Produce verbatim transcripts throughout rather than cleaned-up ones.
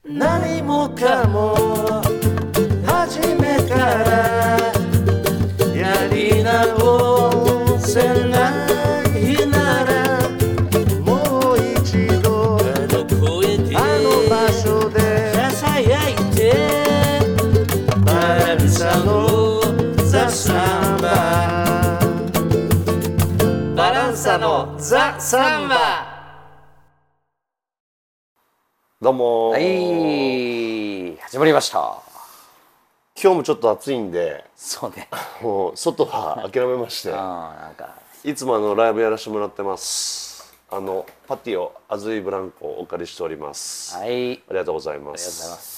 何もかも初めからやり直せないならもう一度あの声であの場所でささやいてバランサのザ・サンババランサのザ・サンバ。 どうもはい、始まりました。 今日もちょっと暑いんで、 そうね。 もう外は諦めましてあなんかいつもあのライブやらせてもらってます。あのパティオアズイブランコをお借りしております。 はい、 ありがとうございまありがとうございす。 ます。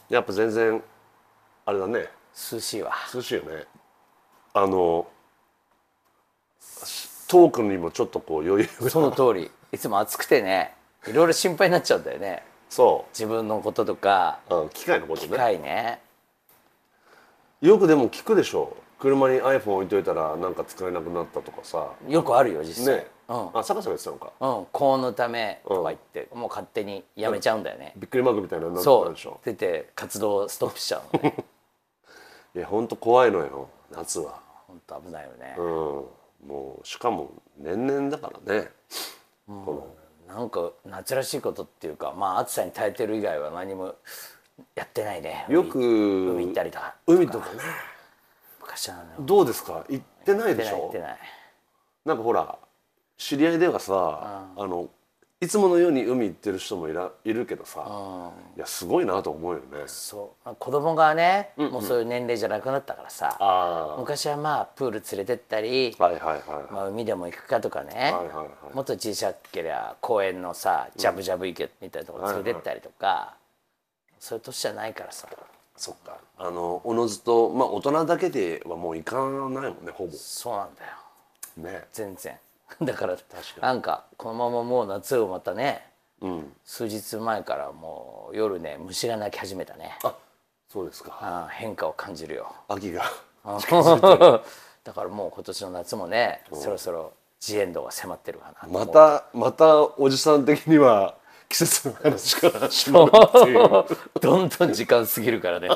やっぱ全然あれだね、 涼しいわ。 涼しいよね。あのトークにもちょっとこう余裕がその通り、いつも暑くてね、いろいろ心配になっちゃうんだよね。 そ自分のこととか、 う、うん、機械のこと機ね。 械ね。 よくでも聞くでしょ、車に iPhone 置いといたらなんか使えなくなったとかさ。 よくあるよ実際。 ね、 うん、 あ、坂さん言ってたのか。 うん、高温のためとか言って、もう勝手にやめちゃうんだよね。 びっくりマークみたいなのになってそうたでしょ。 出て活動ストップしちゃうのね。 いやほんと怖いのよ夏は。 本当危ないよね。 うん、もうしかも年々だからね、 うん、 このなんか夏らしいことっていうか、まあ暑さに耐えてる以外は何もやってないね。 よく海行ったりとか。 海とかね。 昔はね。 どうですか、行ってないでしょ。 行ってない行ってない。 なんかほら知り合いではさ、あのいつものように海行ってる人もいらいるけどさ、いやすごいなと思うよね。 そう子供がね、うんうん、もうそういう年齢じゃなくなったからさ、あ昔はまあプール連れてったり、はいはいはい、まあ、海でも行くかとかね、はいはいはい、もっと小さけりゃ公園のさジャブジャブ池みたいなとこ連れてったりとか、はいはい、そういう年じゃないからさ。 そっか、あのおのずとまあ大人だけではもう行かないもんね、ほぼ。 そうなんだよね、全然だから確かなんかこのままもう夏をまたね、うん、数日前からもう夜ね虫が鳴き始めたね。 あ、そうですか。 あ変化を感じるよ、 秋がだからもう今年の夏もね、うん、そろそろジエンドが迫ってるかな。 またまたおじさん的には季節の話から始まるっていうどんどん時間過ぎるからね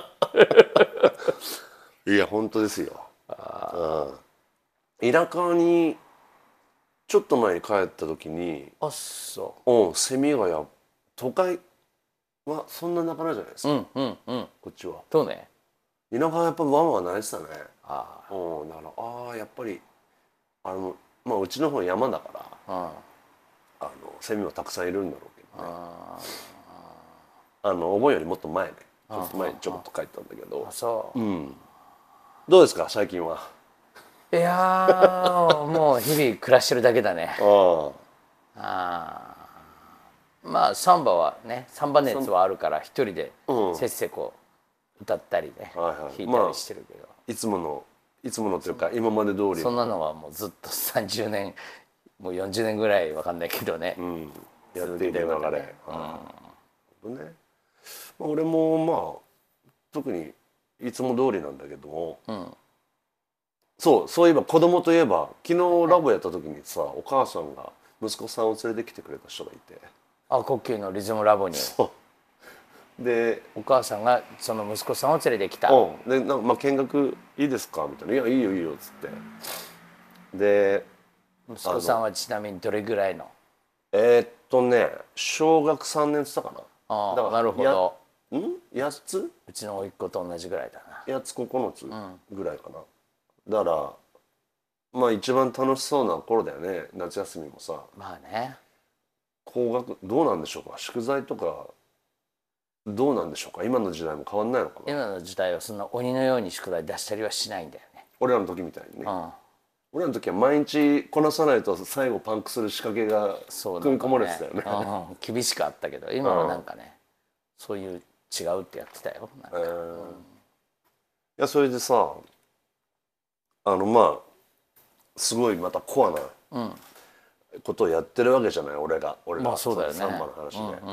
いや本当ですよ。あ田舎にちょっと前に帰った時に、 あそう、 うん、セミがや都会はそんな鳴かないじゃないですか、うんうんうん、こっちは。 そうね、 田舎はやっぱワンワン鳴いてたね。 ああ、 うん、だからああやっぱりあのまあうちの方山だから、うん、あのセミもたくさんいるんだろうけどね。ああのお盆よりもっと前ね、ちょっと前にちょこっと帰ったんだけど。あそう、うん、どうですか最近は。 いやもう日々暮らしてるだけだね。ああ、まあサンバはね、サンバ熱はあるから一人でせっせこう歌ったりね、うん、はいはい、弾いたりしてるけど、まあ、いつものいつものっていうか今まで通りそんなのはもうずっとさんじゅうねんもうよんじゅうねんぐらいわかんないけどね、うん、 やっている流れ、うん、ね、まあ、俺もまあ特にいつも通りなんだけども、うん、そうそういえば子供といえば昨日ラボやった時にさ、お母さんが息子さんを連れてきてくれた人がいて、 あ、呼吸のリズムラボに。そうでお母さんがその息子さんを連れてきた。 うん、でなんか、まあ、見学いいですかみたいな「いやいいよいいよ」っつってで息子さんはちなみにどれぐらいの。 えー、っとね小学さんねんっつったかな。 ああ、だからなるほど。 んやっつうちの甥っ子と同じぐらいだな。 やっつここのつぐらいかな、うん、だからまあ一番楽しそうな頃だよね、夏休みもさ。 まあね、 高学どうなんでしょうか、宿題とかどうなんでしょうか、今の時代も変わんないのかな。 今の時代はそんな鬼のように宿題出したりはしないんだよね、 俺らの時みたいにね、うん、俺らの時は毎日こなさないと最後パンクする仕掛けが組み込まれてたよね。 そうなんかね、うん、厳しくあったけど今はなんかね、うん、そういう違うってやってたよなんか、えーうん、いやそれでさあのまあすごいまたコアなことをやってるわけじゃない、俺が俺が、まあそうだよね、サンバの話で、うんうんうん、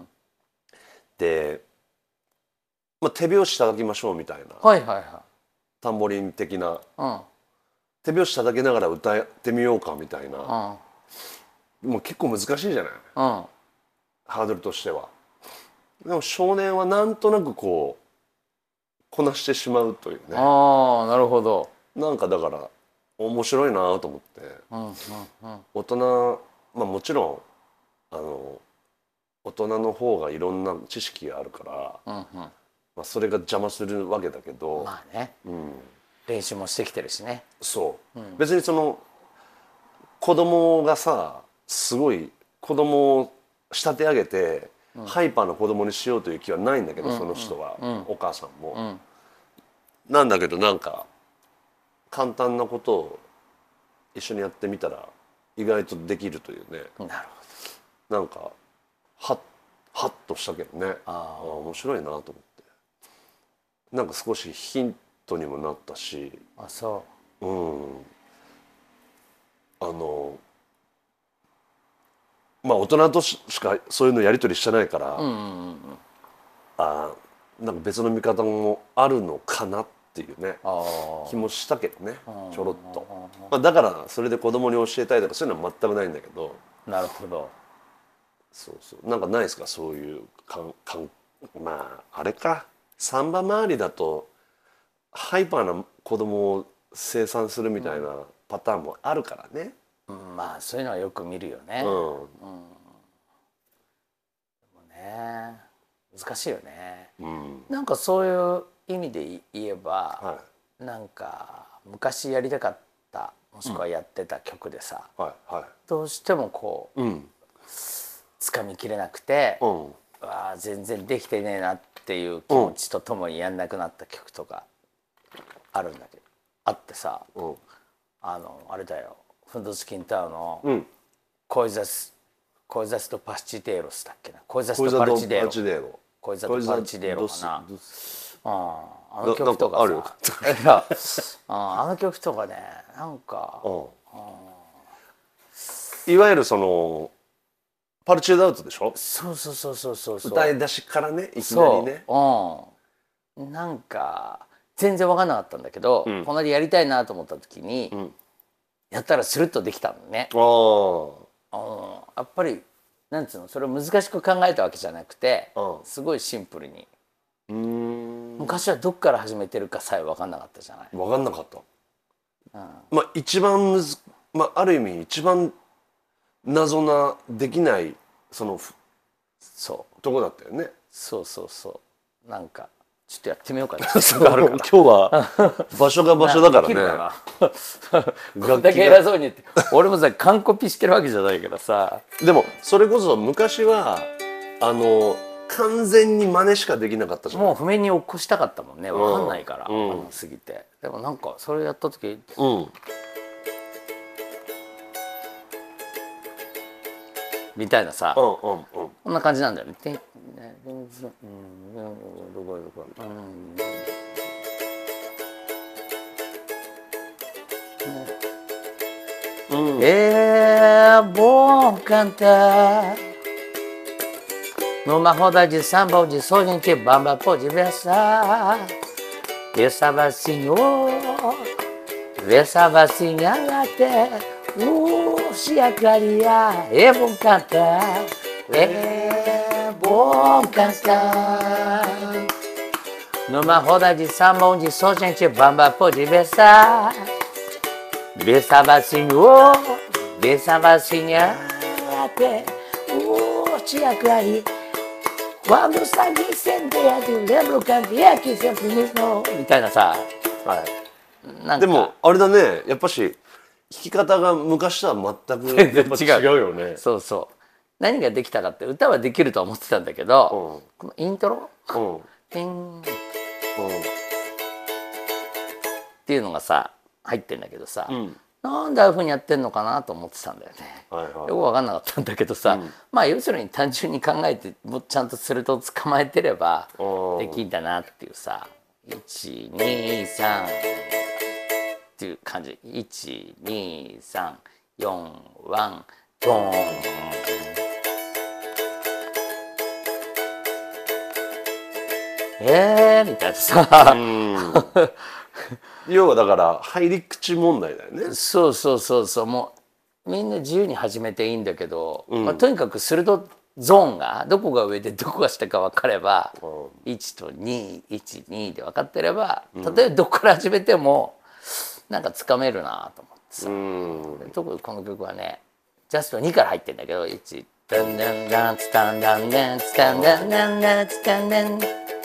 で、まあ、手拍子叩きましょうみたいな、はいはいはい、タンボリン的な、うん、手拍子叩きながら歌ってみようかみたいな、うん、もう結構難しいじゃない、うん、ハードルとしては。 でも少年はなんとなくこうこなしてしまうというね。 ああなるほど。 なんかだから面白いなと思って、 うんうんうん、 大人まあもちろんあの大人の方がいろんな知識があるから、うんうん、まあ、それが邪魔するわけだけど、 まあね、うん、練習もしてきてるしね。 そう、うん、別にその子供がさすごい子供を仕立て上げて、うん、ハイパーな子供にしようという気はないんだけど、うん、その人は、うん、お母さんも、うん、なんだけどなんか簡単なことを一緒にやってみたら意外とできるというね。 なるほど。なんかはっはっとしたけどね。ああ面白いなと思って。なんか少しヒントにもなったし。 あそう。 うん。あのまあ大人としかそういうのやり取りしてないから、うんうんうん、あなんか別の見方もあるのかなっていうね気もしたけどね、ちょろっと、まあ、だからそれで子供に教えたいとかそういうのは全くないんだけど。 なるほど。 そうそうなんかないですかそういうかんかんまああれかサンバ周りだとハイパーな子供を生産するみたいなパターンもあるからね、 うん、まあそういうのはよく見るよね、うんうん、でもね難しいよね、うん、なんかそういう意味で言えば、はい、なんか昔やりたかったもしくはやってた曲でさ、うんはいはい、どうしてもこう、うん掴みきれなくて、うん、あ全然できてねえなっていう気持ちとともにやんなくなった曲とかあるんだけどあってさ、うん、あのあれだよフンドス・キンタウの、うん、コイザスコイザスとパスチデーロスだっけなコイザスとパルチデーロコイザとパルチデーロかな、うん、あの曲とかさあるいやあの曲とかねなんか、うんうん、いわゆるそのパルチュードアウトでしょ。 そうそうそうそうそうそう歌い出しからねいきなりねそう、うん、なんか全然分かんなかったんだけど、うん、この間やりたいなと思った時に、うん、やったらスルッとできたのね。ああやっぱりなんつうのそれを難しく考えたわけじゃなくてすごいシンプルにうーん昔はどっから始めてるかさえ分かんなかったじゃない。 分かんなかった、うん、まあ一番むず、まあ、ある意味一番謎なできないそのそうとこだったよね。 そうそうそうなんかちょっとやってみようかな今日は場所が場所だからねこんだけ偉そうに言って俺もさ完コピしてるわけじゃないからさでもそれこそ昔はあの完全に真似しかできなかったじゃん。 もう譜面に起こしたかったもんね分かんないから、うん、あのすぎてでもなんかそれやった時うんみたいなさ、うんうんうん、こんな感じなんだよね。É bom cantar numa roda de samba onde só gente bamba pode versar. Versava senhor, versava senhora até Uh, se aclarear, é bom cantar, é bom cantar. Numa roda de samba onde só gente bamba pode versar. Versava senhor, versava senhora até uh, te aclarear. Quando o sangue incendeia, eu lembro que havia que sempre me ensinou. みたいなさ、はい。 でもあれだね、やっぱし。弾き方が昔とは全くやっぱ違うよね。 そうそう何ができたかって歌はできるとは思ってたんだけど、うん、このイントロ、うん、ピン、うん、っていうのがさ入ってんだけどさ、うん、なんでああいうふうにやってんのかなと思ってたんだよね、はいはい、よく分かんなかったんだけどさ、うん、まあ要するに単純に考えてもうちゃんとすると捕まえてればできんだなっていうさいちにさんっていう感じいちにさんよんワンドーンえーみたいなさ要はだから入り口問題だよね。 そうそうそうそうもうみんな自由に始めていいんだけど、うんまあ、とにかくするとゾーンがどこが上でどこが下か分かれば、うん、いちとに、いち、にで分かってれば、例えばどこから始めてもなんかつかめるなと思ってさ、うん、特にこの曲はねジャストにから入ってんだけどいちダンダンダンツタンダンダンツタンダンダンダンツタンダン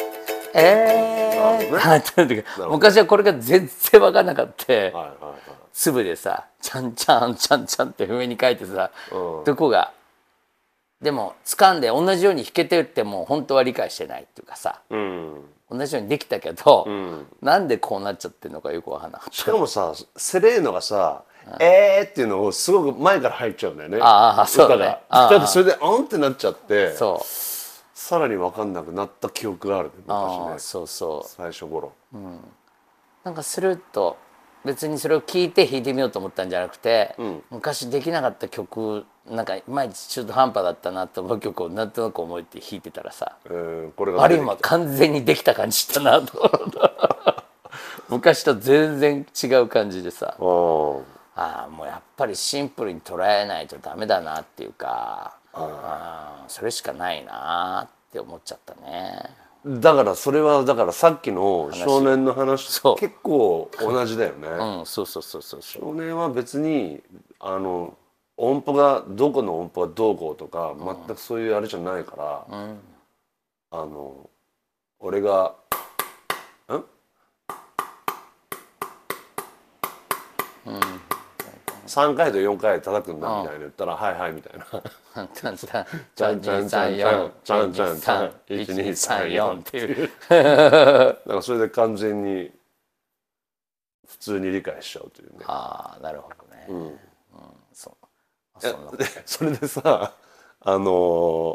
えー昔はこれが全然分かんなかった、はいはいはい、粒でさチャンチャンチャンチャンって上に書いてさ、うん、どこがでも掴んで同じように弾けてっても本当は理解してないっていうかさ、うん、同じようにできたけど、うん、なんでこうなっちゃってるのかよくわかんない。 しかもさセレーノがさ「うん、えー」っていうのをすごく前から入っちゃうんだよね。 ああそうだね。 だってそれで「あん」ってなっちゃってそうさらに分かんなくなった記憶があるね昔ね。 あそうそう最初頃、うん、 なんかスルッと別にそれを聞いて弾いてみようと思ったんじゃなくて、うん、昔できなかった曲なんかいまいち中途半端だったなと思う曲をなんとなく思えて弾いてたらさ、えー、これがあれ今完全にできた感じしたなと思った昔と全然違う感じでさああもうやっぱりシンプルに捉えないとダメだなっていうかあそれしかないなって思っちゃったね。 だからそれはだからさっきの少年の話と結構同じだよね。 うん、そうそうそうそう。 少年は別にあの音符がどこの音符がどうこうとか、うん、全くそういうあれじゃないから、うん、あの俺がん、うん、さんかいとよんかい叩くんだみたいな言ったら、うん、はいはいみたいな。ちゃんちゃんちゃんちゃんちゃんちゃんちゃんちゃんちゃんいちにさんよんっていうだからそれで完全に普通に理解しちゃうというね。 ああなるほどね。うん、うん、そうそんなでそれでさあの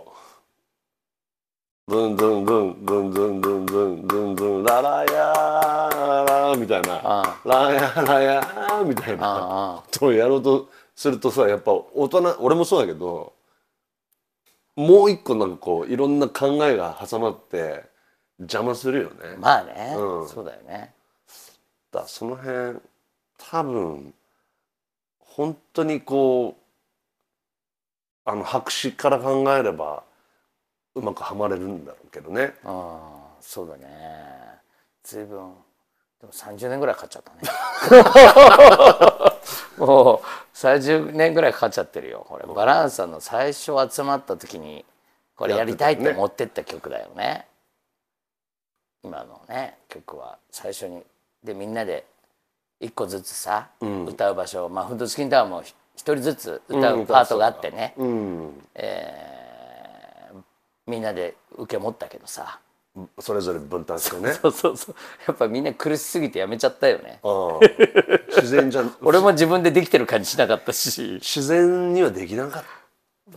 ブンブンブンブンブンブンブンブンブンララヤーラみたいなラヤラヤーみたいなことをやろうとするとさやっぱ大人俺もそうだけどもう一個なんかこういろんな考えが挟まって邪魔するよね。 まあね、うん、そうだよね。 だその辺多分本当にこうあの白紙から考えればうまくはまれるんだろうけどね。 ああそうだね。随分でもさんじゅうねんぐらいかかっちゃったね。もうさんじゅうねんぐらいかかっちゃってるよこれ。バランサの最初集まった時にこれやりたいって思ってった曲だよね。今のね曲は最初にでみんなで一個ずつさ、うん、歌う場所まあフッドチキンタワーも一人ずつ歌うパートがあってね、うん、えー、みんなで受け持ったけどさそれぞれ分担してね。 そうそうそうやっぱみんな苦しすぎてやめちゃったよね。あ自然じゃ俺も自分でできてる感じしなかったし自然にはできなかった。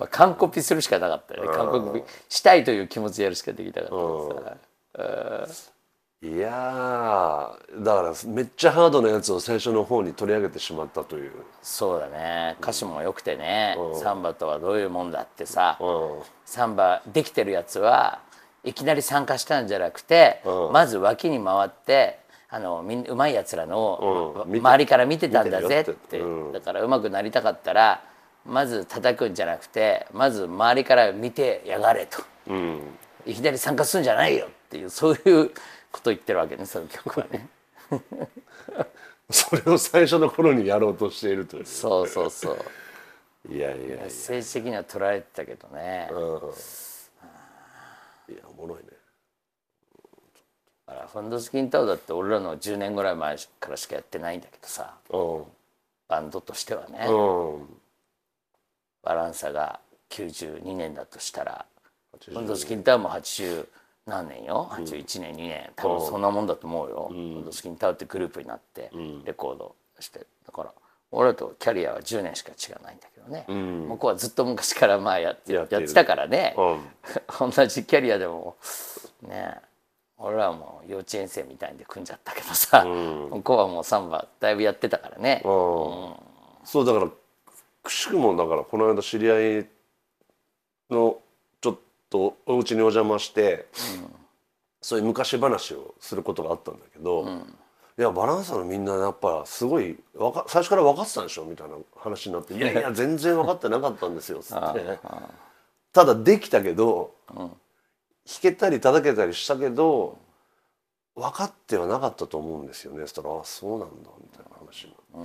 完コピするしかなかったよね。完コピしたいという気持ちでやるしかできなかったさ。 いやだからめっちゃハードなやつを最初の方に取り上げてしまったという。 そうだね歌詞も良くてね、うん、サンバとはどういうもんだってさ、うん、サンバできてるやつはいきなり参加したんじゃなくて、うん、まず脇に回ってあのみんうまいやつらの、うん、周りから見てたんだぜって、うん、だからうまくなりたかったらまず叩くんじゃなくてまず周りから見てやがれと、うん、いきなり参加するんじゃないよっていうそういうこと言ってるわけねその曲はね。 それを最初の頃にやろうとしているという。 そうそうそう。 いやいやいやメッセージ的には捉えてたけどね。うん、 いやおもろいね。 だからファンドスキンタウだって俺らのじゅうねんぐらい前からしかやってないんだけどさ、うん、バンドとしてはね、うん、バランサがきゅうじゅうにねんだとしたらファンドスキンタウもはちじゅう何年よはちじゅういちねんにねん多分そんなもんだと思うよ。ファンドスキンタウってグループになってレコードしてだから俺らとキャリアはじゅうねんしか違わないんだけどね、うん、向こうはずっと昔からまあやってやってたからね、うん、同じキャリアでもね俺らはもう幼稚園生みたいで組んじゃったけどさ、うん、向こうはもうサンバだいぶやってたからね、うん、 そうだからくしくもだからこの間知り合いのちょっとお家にお邪魔して、うん、そういう昔話をすることがあったんだけど、うん、いやバランサのみんなやっぱすごいわか最初から分かってたんでしょみたいな話になって「いやいや全然分かってなかったんですよ」っつってただできたけど、 うん、 弾けたり叩けたりしたけど分かってはなかったと思うんですよね。そしたら「ああそうなんだ」みたいな話になって、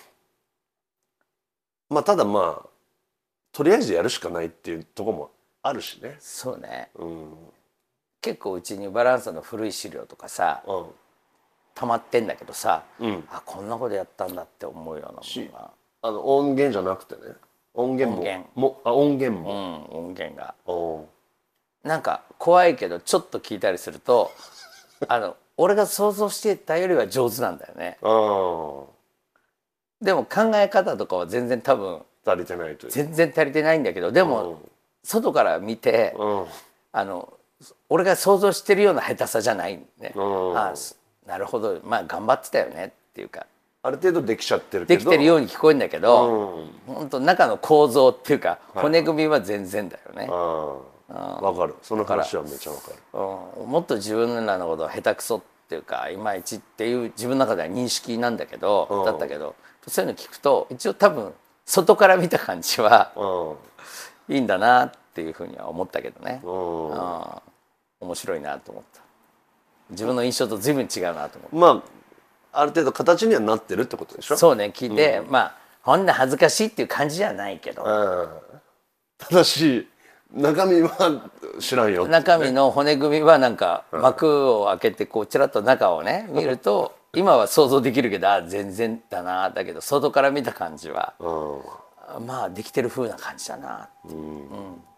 うん、まあただまあとりあえずやるしかないっていうところもあるしね。 そうね、 うん、 結構うちにバランサの古い資料とかさ、うん、溜まってんだけどさ、うん、あこんなことやったんだって思うようなものが、 あの音源じゃなくてね、音源も、音源も、あ音源も、 うん、音源がなんか怖いけどちょっと聞いたりするとあの俺が想像してたよりは上手なんだよね。あでも考え方とかは全然多分足りてないという、 全然足りてないんだけど、でも、うん、外から見て、うん、あの俺が想像してるような下手さじゃないね。うん、あなるほど、まあ頑張ってたよねっていうか、 ある程度できちゃってるけど、 できてるように聞こえるんだけど、うん、本当中の構造っていうか、はい、骨組みは全然だよね。 わかる、その話はめちゃわかる。 うん、もっと自分らのことは下手くそっていうかいまいちっていう自分の中では認識なんだけど、うん、だったけどそういうの聞くと一応多分外から見た感じは、うん、いいんだなっていうふうには思ったけどね、うん、面白いなと思った。自分の印象と随分違うなと思った。 まあある程度形にはなってるってことでしょ。 そうね、聞いて、うん、まあこんな恥ずかしいっていう感じじゃないけど、うん、 ただし中身は知らんよ、ね、 中身の骨組みはなんか幕を開けてこうちらっと中をね見ると今は想像できるけどあ全然だな、だけど外から見た感じは、うん、まあできてる風な感じだなって、うんうん、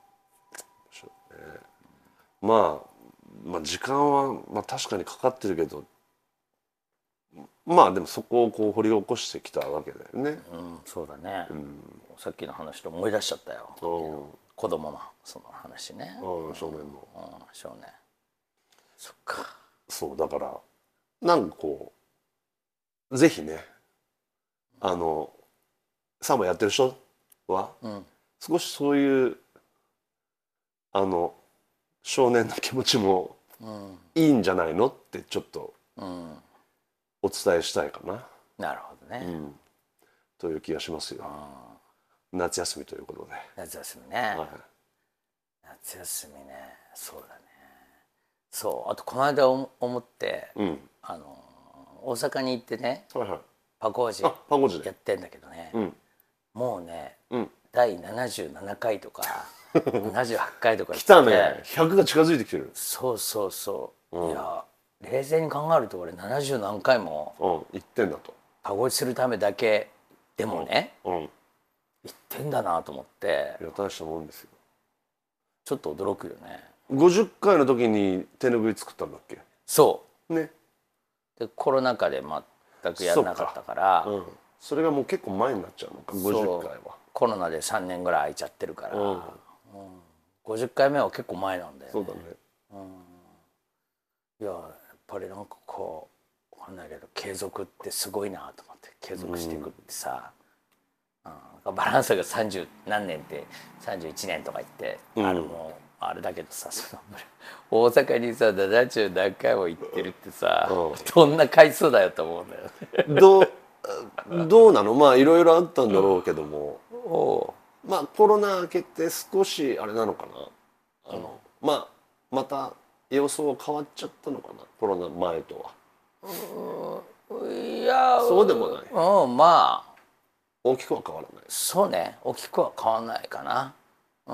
まあ、まあ時間は、まあ、確かにかかってるけどまあでもそこをこう掘り起こしてきたわけだよね。 うん、そうだね、うん、さっきの話で思い出しちゃったよ、うん、子供のその話ね、 うん、少年の、 うん、少年そっか。 そうだからなんかこうぜひねあのサンバやってる人は、うん、少しそういうあの少年の気持ちもいいんじゃないのってちょっとお伝えしたいかな。 なるほどね、うん、 という気がしますよ。夏休みということで。 夏休みね、はい、夏休みね、そうだね。そうあとこの間思って、うん、あの大阪に行ってね、はいはい、パコージやってんだけどね、うん、もうね、うん、だいななじゅうななかいとかななじゅうはちかいとか来たね。ひゃくが近づいてきてる。 そうそうそう、うん、いや冷静に考えると俺ななじゅうなんかいも行ってんだと。 パコージするためだけでもね、うんうん、行ってんだなと思って。 いや大したもんですよ。 ちょっと驚くよね。 ごじゅっかいの時に手ぬぐい作ったんだっけ。 そうね。 でコロナ禍で全くやらなかったから、 そ, うん、それがもう結構前になっちゃうのか。ごじゅっかいはコロナでさんねんぐらい空いちゃってるから、うんうん、ごじゅっかいめは結構前なんだよね。 そうだね、 うん、いややっぱりなんかこうわかんないけど継続ってすごいなと思って。継続していくってさ、うん、バランスがさんじゅう何年ってさんじゅういちねんとか言って、うん、あれもあれだけどさ、その大阪にさななじゅう何回も行ってるってさ、うん、どんな回数だよと思うんだよね。 どうどうなの。まあいろいろあったんだろうけども、うん、まあコロナ明けて少しあれなのかな、あの、うん、まあまた様相は変わっちゃったのかな、コロナ前とは。 うん、いやそうでもない。 うん、まあ大きくは変わらない。 そうね、大きくは変わらないかな。うん、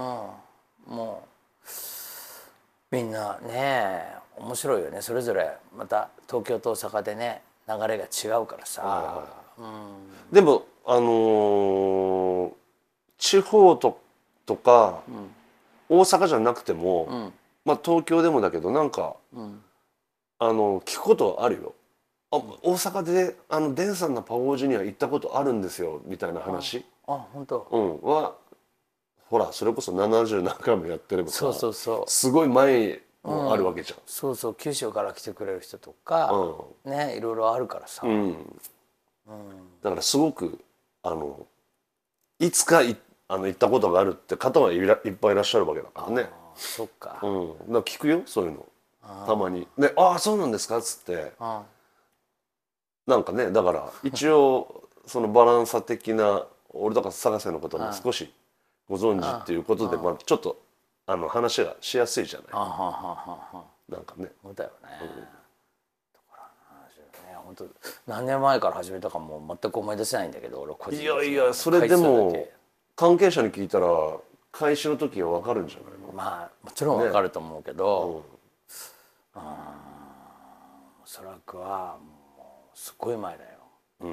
もうみんなね面白いよね。それぞれまた東京と大阪でね流れが違うからさ、はいはい、 うん、でもあのー、地方ととか、うん、大阪じゃなくても、うん、まあ東京でもだけどなんか、うん、あの聞くことあるよ。あ、大阪であのデンさんのパオージには行ったことあるんですよみたいな話。 あ、あ本当。 うんはほらそれこそななじゅう何回もやってればさ、 そうそうそう、 すごい前もあるわけじゃん、うん、 そうそう、九州から来てくれる人とか、うん、ねいろいろあるからさ、うんうん、 だからすごくあのいつかいあの行ったことがあるって方はいらいっぱいいらっしゃるわけだからね。あ、 そっか、 うん、だから聞くよそういうのたまに。で、ああそうなんですかっつって、あなんかね、だから一応そのバランサ的な俺とか探せのことも少しご存知っていうことで、まあちょっとあの話がしやすいじゃない。 あははははなんかね。 そうだよね。うん、だからね、本当何年前から始めたかもう全く思い出せないんだけど、俺個人的に。 いやいや、それでも関係者に聞いたら開始の時は分かるんじゃないの。 まあもちろん分かると思うけど、ね、うん、おそらくはもうすっごい前だよ。うん、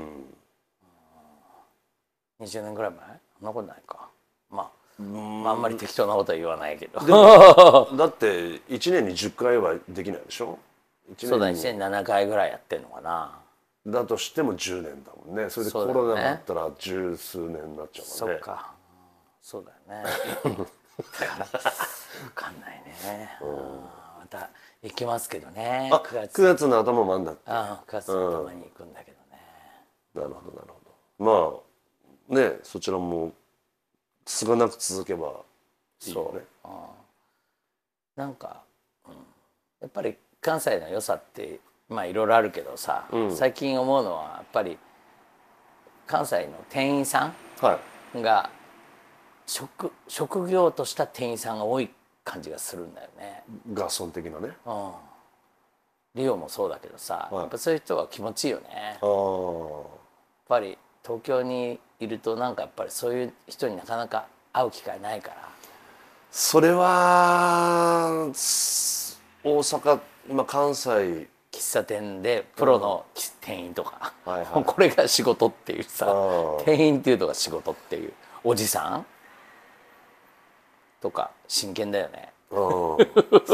にじゅうねんぐらい前？そんなことないか。まあ、まあ、あんまり適当なことは言わないけど。 だっていちねんにじゅっかいはできないでしょ。 そうだ、いちねんにななかいぐらいやってんのかな。 だとしてもじゅうねんだもんね。それでコロナだったら十数年になっちゃうもんね。 そっか、そうだよね。だから分かんないね。うん、また行きますけどね。 あ、くがつくがつの頭もあんだって。 ああ、くがつの頭に行くんだけどね。 なるほどなるほど。まあね、そちらもつがなく続けばいいよね。そう、うん、 なんか、うん、やっぱり関西の良さってまあいろいろあるけどさ、うん、最近思うのはやっぱり関西の店員さんが職、職業とした店員さんが多い感じがするんだよね。 ガソン的なね。 うん。リオもそうだけどさ、はい、やっぱそういう人は気持ちいいよね。あ、やっぱり東京にいるとなんかやっぱりそういう人になかなか会う機会ないから。 それは大阪、今関西喫茶店でプロの店員とか、はいはい、これが仕事っていうさ、店員っていうのが仕事っていうおじさんとか真剣だよね。うん、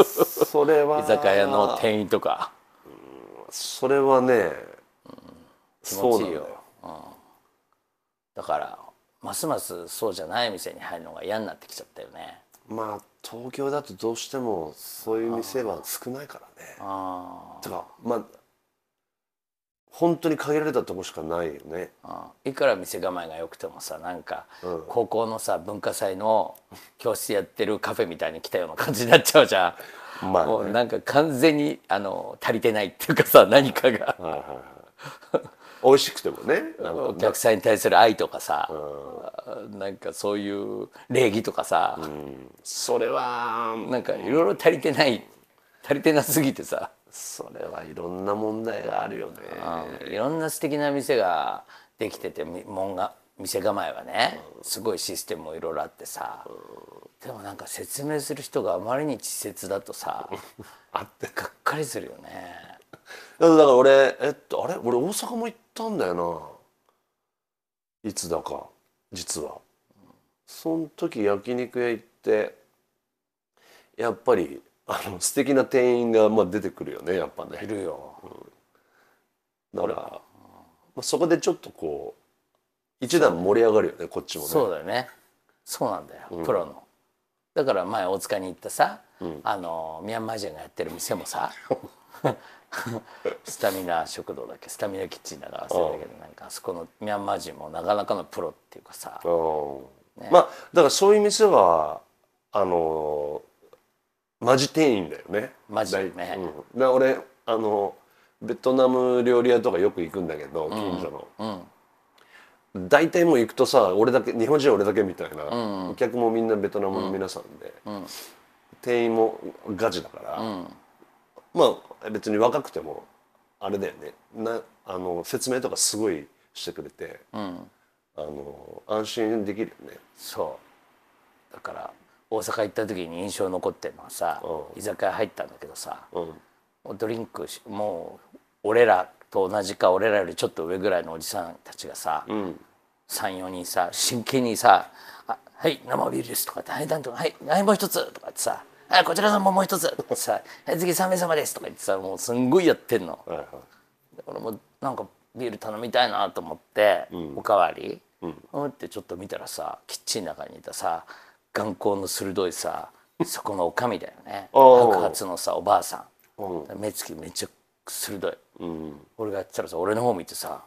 それは居酒屋の店員とか、 うん、それはね、うん、 気持ちいいよ。うん、だからますますそうじゃない店に入るのが嫌になってきちゃったよね。 まあ東京だとどうしてもそういう店は少ないからね。ああ。てかまあ本当に限られたとこしかないよね。 ああ、いくら店構えが良くてもさ、なんか高校のさ文化祭の教室やってるカフェみたいに来たような感じになっちゃうじゃん。まあ、ね、もうなんか完全にあの足りてないっていうかさ、何かが。はいはいはい。美味しくてもね、 お客さんに対する愛とかさ、うん、なんかそういう礼儀とかさ、うん、 それはなんかいろいろ足りてない足りてなすぎてさ、 それはいろんな問題があるよね。 うん、いろんな素敵な店ができてて、門が店構えはね、すごいシステムもいろいろあってさ、うん、でもなんか説明する人があまりに稚拙だとさあってがっかりするよね。 だから俺えっとあれ俺大阪も行ったんだよな、いつだか実は。その時焼肉屋行ってやっぱりあの素敵な店員がまあ出てくるよね、やっぱね。 いるよ。 うん、だから、まあ、そこでちょっとこう一段盛り上がるよね、こっちもね。 そうだよね。そうなんだよ、うん、プロの。だから前大塚に行ったさ、うん、あのミャンマー人がやってる店もさスタミナ食堂だっけ、スタミナキッチンだから忘れたけど、なんかあそこのミャンマー人もなかなかのプロっていうかさ、 ね、まあだからそういう店はあのマジ店員だよね。 マジね。 うん、だ俺あのベトナム料理屋とかよく行くんだけど、近所の、うん、大体もう行くとさ、俺だけ日本人は俺だけみたいな、うん、お客もみんなベトナムの皆さんで、うん、店員もガチだから、うん、まあ別に若くてもあれだよね、なあの説明とかすごいしてくれて、うん、あの安心できるよね。 そうだから大阪行った時に印象に残ってるのはさ、うん、居酒屋入ったんだけどさ、うん、ドリンクもう俺らと同じか俺らよりちょっと上ぐらいのおじさんたちがさ、うん、さんよにんさ真剣にさ「あはい生ビールです」とかって「はいなんとかはい、はい、もう一つ」とかってさ「はいこちらさんももう一つ」とかってさ「はい次さんめいさまです」とか言ってさ、もうすんごいやってんの。はいはい、俺もなんかビール頼みたいなと思って、うん、おかわり、うん、うんってちょっと見たらさ、キッチンの中にいたさ眼光の鋭いさ、そこのおかみだよね白髪のさおばあさん、目つきめっちゃ鋭い、うん、俺がやってたらさ、俺の方見てさ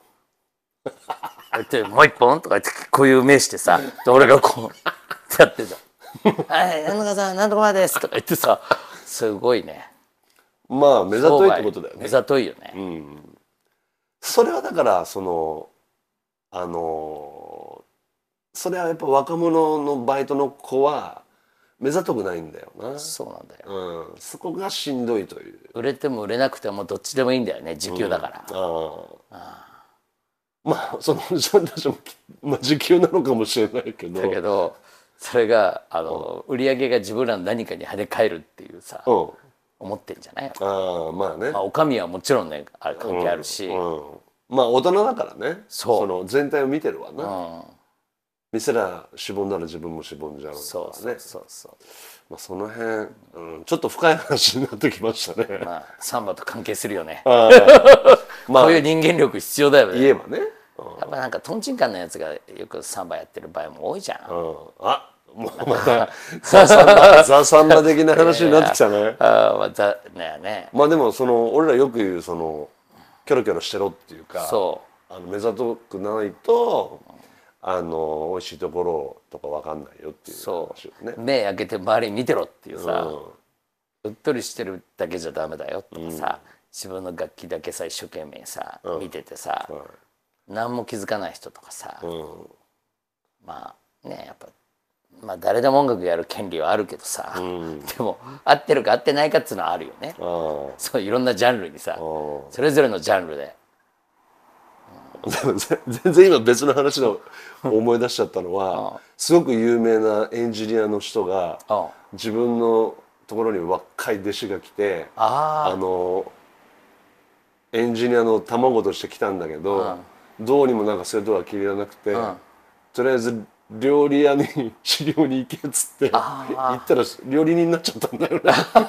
「やってもう一本?」とか言ってこういう目してさ、俺がこうやってた「はいなんとかさんなんとかまです」とか言ってさ、すごいね。 まあ目ざといってことだよね。 目ざといよね、うん、 それはだからそのあのそれはやっぱ若者のバイトの子は目ざとくないんだよな。 そうなんだよ、 うん、そこがしんどいという。 売れても売れなくてもどっちでもいいんだよね、時給だから、 うん、ああまあそのおじさんたちも、まあ、時給なのかもしれないけどだけどそれがあの、うん、売り上げが自分らの何かに跳ね返るっていうさ、うん、思ってんじゃない。 ああまあね、 まあ、お上はもちろんねあれ関係あるし、うんうん、まあ大人だからね、 そうその全体を見てるわな、 うん、 見せらしぼんだら自分もしぼんじゃうからね。 そうそうそうそう、 まあ、その辺、うん、ちょっと深い話になってきましたね。 まあサンバと関係するよね。 あまあ、こういう人間力必要だよね。 言えばね、 うん、やっぱなんかトンチンカンなやつがよくサンバやってる場合も多いじゃん。 うん、あもうまたザ・サンバザ・サンバ的な話になってきたね。 あまあザねね。 まあでもその俺らよく言うそのキョロキョロしてろっていうか、 そうあの目ざとくないと、うん、あの美味しいところとかわかんないよっていう話をね。 目開けて周り見てろっていうさ、うん、うっとりしてるだけじゃダメだよとかさ、うん、自分の楽器だけさ一生懸命さ、うん、見ててさ、うん、何も気づかない人とかさ、うん、まあねやっぱまあ誰でも音楽やる権利はあるけどさ、うん、でも合ってるか合ってないかっつうのはあるよね。そういろんなジャンルにさそれぞれのジャンルで。 でも全然今別の話の思い出しちゃったのはすごく有名なエンジニアの人が自分のところに若い弟子が来てああのエンジニアの卵として来たんだけどどうにもなんかそういうとこが気に入らなくてとりあえず料理屋に修行に行けっつって行ったら料理人になっちゃったんだよね。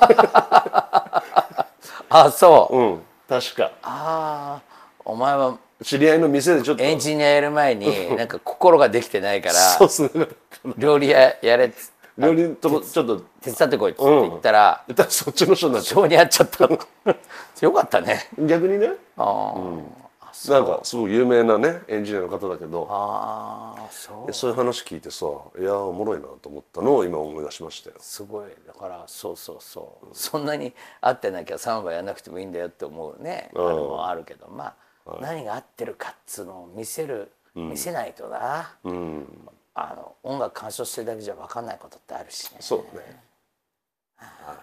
あそう、 うん、確か。 ああお前は知り合いの店でちょっとエンジニアやる前になんか心ができてないから料理屋やれっつって料理とちょっと手伝ってこいっつって言ったら、 うん、そっちの人になっちゃう。 性に合っちゃったよかったね逆にね。 あ、 うん、なんかすごい有名なねエンジニアの方だけどあそうそういう話聞いてさいやおもろいなと思ったのを今思い出しましたよ。 すごいだからそうそうそう、うん、そんなに合ってなきゃサンバやらなくてもいいんだよって思うね、うん、あれもあるけどまあ、はい、何が合ってるかっつうのを見せる、うん、見せないとな、うん、あの音楽鑑賞してるだけじゃ分かんないことってあるしね。 そうね、はあ、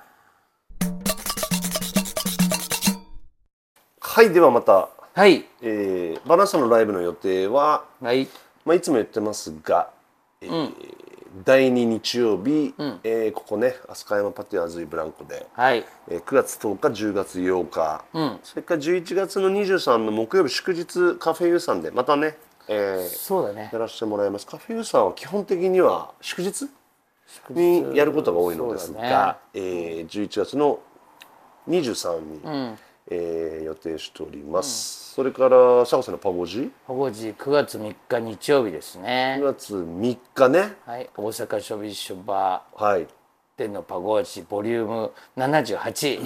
はいではまたはい、 えー、バランサのライブの予定は、 はいまあ、いつも言ってますが、えーうん、だいに日曜日、うんえー、ここね飛鳥山パティアズイブランコで、 はいえー、くがつとおかじゅうがつようか、うん、それからじゅういちがつのにじゅうさんの木曜日祝日カフェユーさんでまたね、えー、 そうだねやらせてもらいます。カフェユーさんは基本的には祝日にやることが多いのですが、ねえー、じゅういちがつのにじゅうさんにちに、うんえー、予定しております、うん、それから佐賀さんのパゴジパゴジくがつみっか日曜日ですね。 くがつみっかね、 はい、大阪ショビッシュバーでのパゴジボリュームななじゅうはち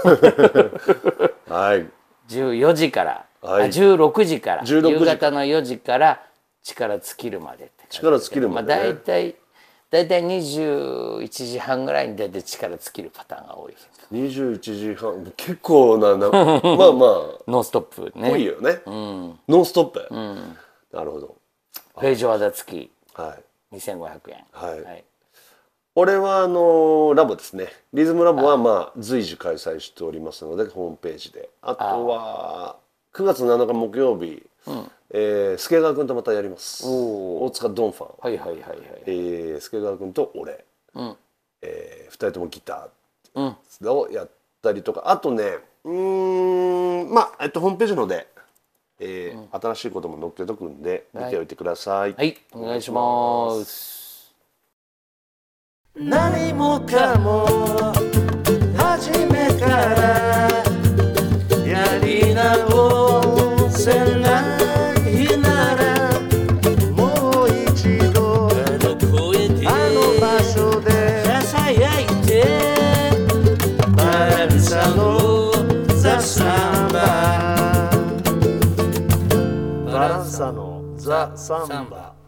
はいじゅうよじから、はい、あじゅうろくじから夕方のよじから力尽きるまでって力尽きるまで、ね、 まあ、大体大体にじゅういちじはんぐらいに出て力尽きるパターンが多い。 にじゅういちじはん結構ななまあまあノンストップね多いよね、うん、ノンストップ、うん、なるほど。 フェージョ技付き、 はい、 にせんごひゃくえん、 はいはい、俺はあのラボですねリズムラボはまあ随時開催しておりますのでホームページであとはくがつなのか木曜日、うんえー、助川君とまたやります。大塚ドンファン、 はいはいはいはい、 えー、助川君と俺、うんえー、ふたりともギターをやったりとか、うん、あとねうーんまあ、えっと、ホームページので、えーうん、新しいことも載っけとくんで見ておいてください。 はい、はい、お願いします。 何もかも初めからやり直せないならもう一度あの声であの場所でささやいてバランサのザ・サンババランサのザ・サンバ